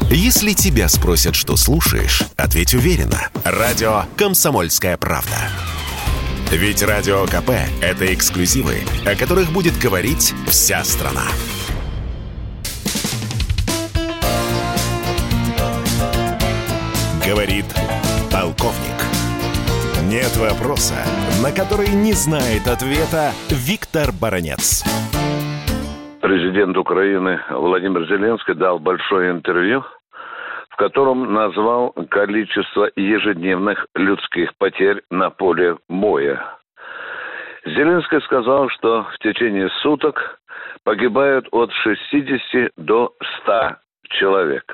Если тебя спросят, что слушаешь, ответь уверенно. Радио «Комсомольская правда». Ведь Радио КП – это эксклюзивы, о которых будет говорить вся страна. Говорит полковник. Нет вопроса, на который не знает ответа Виктор Баранец. Президент Украины Владимир Зеленский дал большое интервью, в котором назвал количество ежедневных людских потерь на поле боя. Зеленский сказал, что в течение суток погибают от 60 до 100 человек.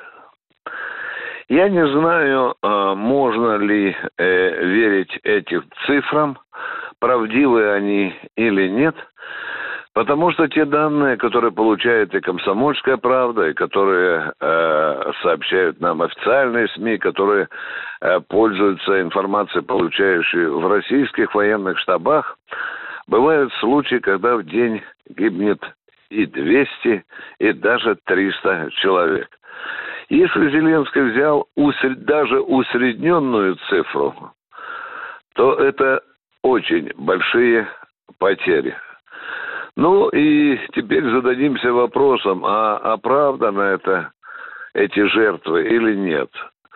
Я не знаю, можно ли верить этим цифрам, правдивы они или нет, потому что те данные, которые получает и «Комсомольская правда», и которые сообщают нам официальные СМИ, которые пользуются информацией, получающей в российских военных штабах, бывают случаи, когда в день гибнет и 200, и даже 300 человек. Если Зеленский взял даже усредненную цифру, то это очень большие потери. Ну и теперь зададимся вопросом, а оправдано это, эти жертвы или нет?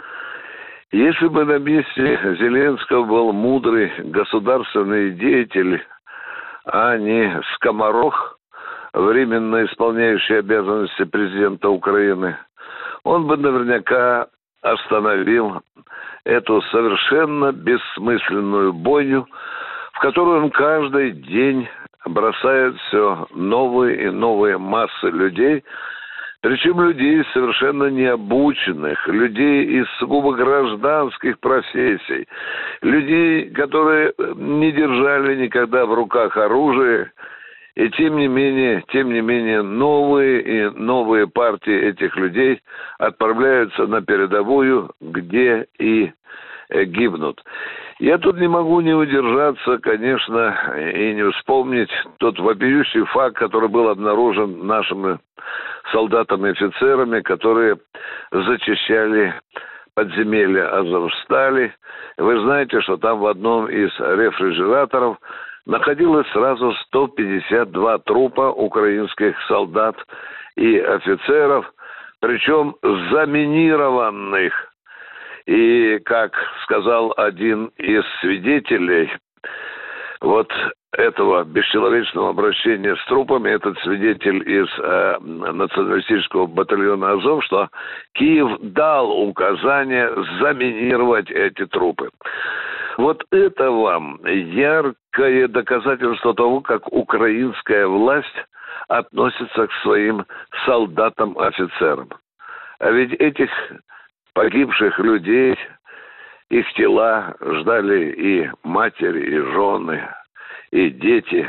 Если бы на месте Зеленского был мудрый государственный деятель, а не скоморох, временно исполняющий обязанности президента Украины, он бы наверняка остановил эту совершенно бессмысленную бойню, в которую он каждый день бросает все новые и новые массы людей, причем людей совершенно необученных, людей из сугубо гражданских профессий, людей, которые не держали никогда в руках оружие. И тем не менее, новые и новые партии этих людей отправляются на передовую, где и гибнут. Я тут не могу не удержаться, конечно, и не вспомнить тот вопиющий факт, который был обнаружен нашими солдатами и офицерами, которые зачищали подземелья Азовстали. Вы знаете, что там в одном из рефрижераторов находилось сразу 152 трупа украинских солдат и офицеров, причем заминированных. И, как сказал один из свидетелей вот этого бесчеловечного обращения с трупами, этот свидетель из националистического батальона «Азов», что Киев дал указание заминировать эти трупы. Вот это вам яркое доказательство того, как украинская власть относится к своим солдатам-офицерам. А ведь этих погибших людей, их тела ждали и матери, и жены, и дети.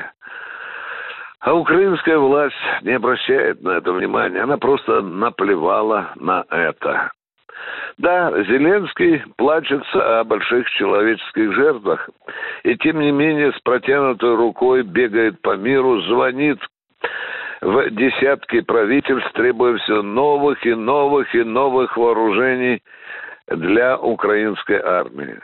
А украинская власть не обращает на это внимания. Она просто наплевала на это. Да, Зеленский плачется о больших человеческих жертвах. И тем не менее с протянутой рукой бегает по миру, звонит в десятки правительств, требуя все новых и новых и новых вооружений для украинской армии.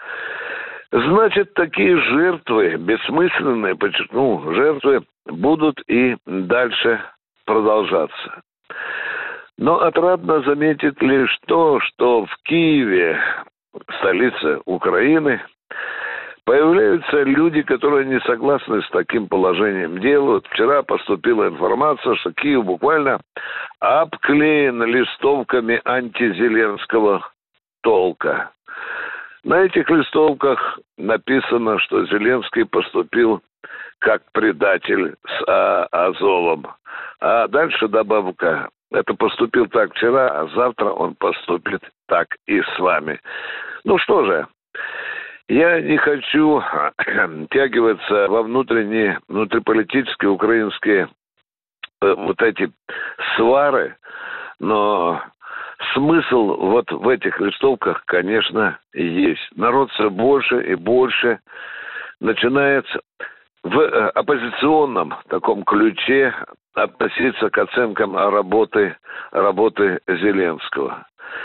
Значит, такие жертвы, бессмысленные, подчеркну, жертвы будут и дальше продолжаться. Но отрадно заметить лишь то, что в Киеве, столице Украины, появляются люди, которые не согласны с таким положением дел. Вот вчера поступила информация, что Киев буквально обклеен листовками антизеленского толка. На этих листовках написано, что Зеленский поступил как предатель с Азовом. А дальше добавка: это поступил так вчера, а завтра он поступит так и с вами. Ну что же, я не хочу втягиваться во внутриполитические украинские вот эти свары, но смысл вот в этих листовках, конечно, есть. Народ все больше и больше начинает в оппозиционном таком ключе относиться к оценкам работы Зеленского.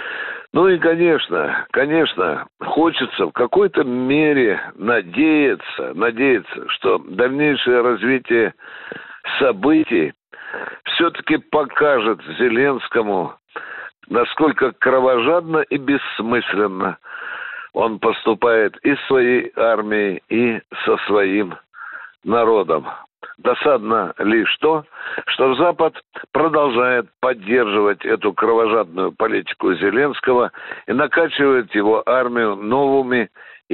Ну и, конечно, хочется в какой-то мере надеяться, что дальнейшее развитие событий все-таки покажет Зеленскому, насколько кровожадно и бессмысленно он поступает и с своей армией, и со своим народом. Досадно лишь то, что Запад продолжает поддерживать эту кровожадную политику Зеленского и накачивает его армию новыми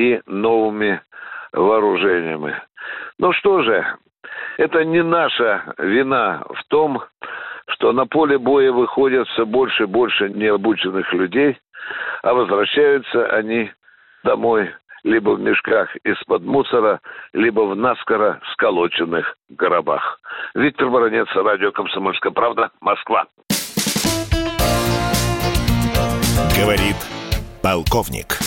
вооружениями. Ну что же, это не наша вина в том, что на поле боя выходят все больше и больше необученных людей, а возвращаются они домой либо в мешках из-под мусора, либо в наскоро сколоченных гробах. Виктор Баранец, радио «Комсомольская правда», Москва. Говорит полковник.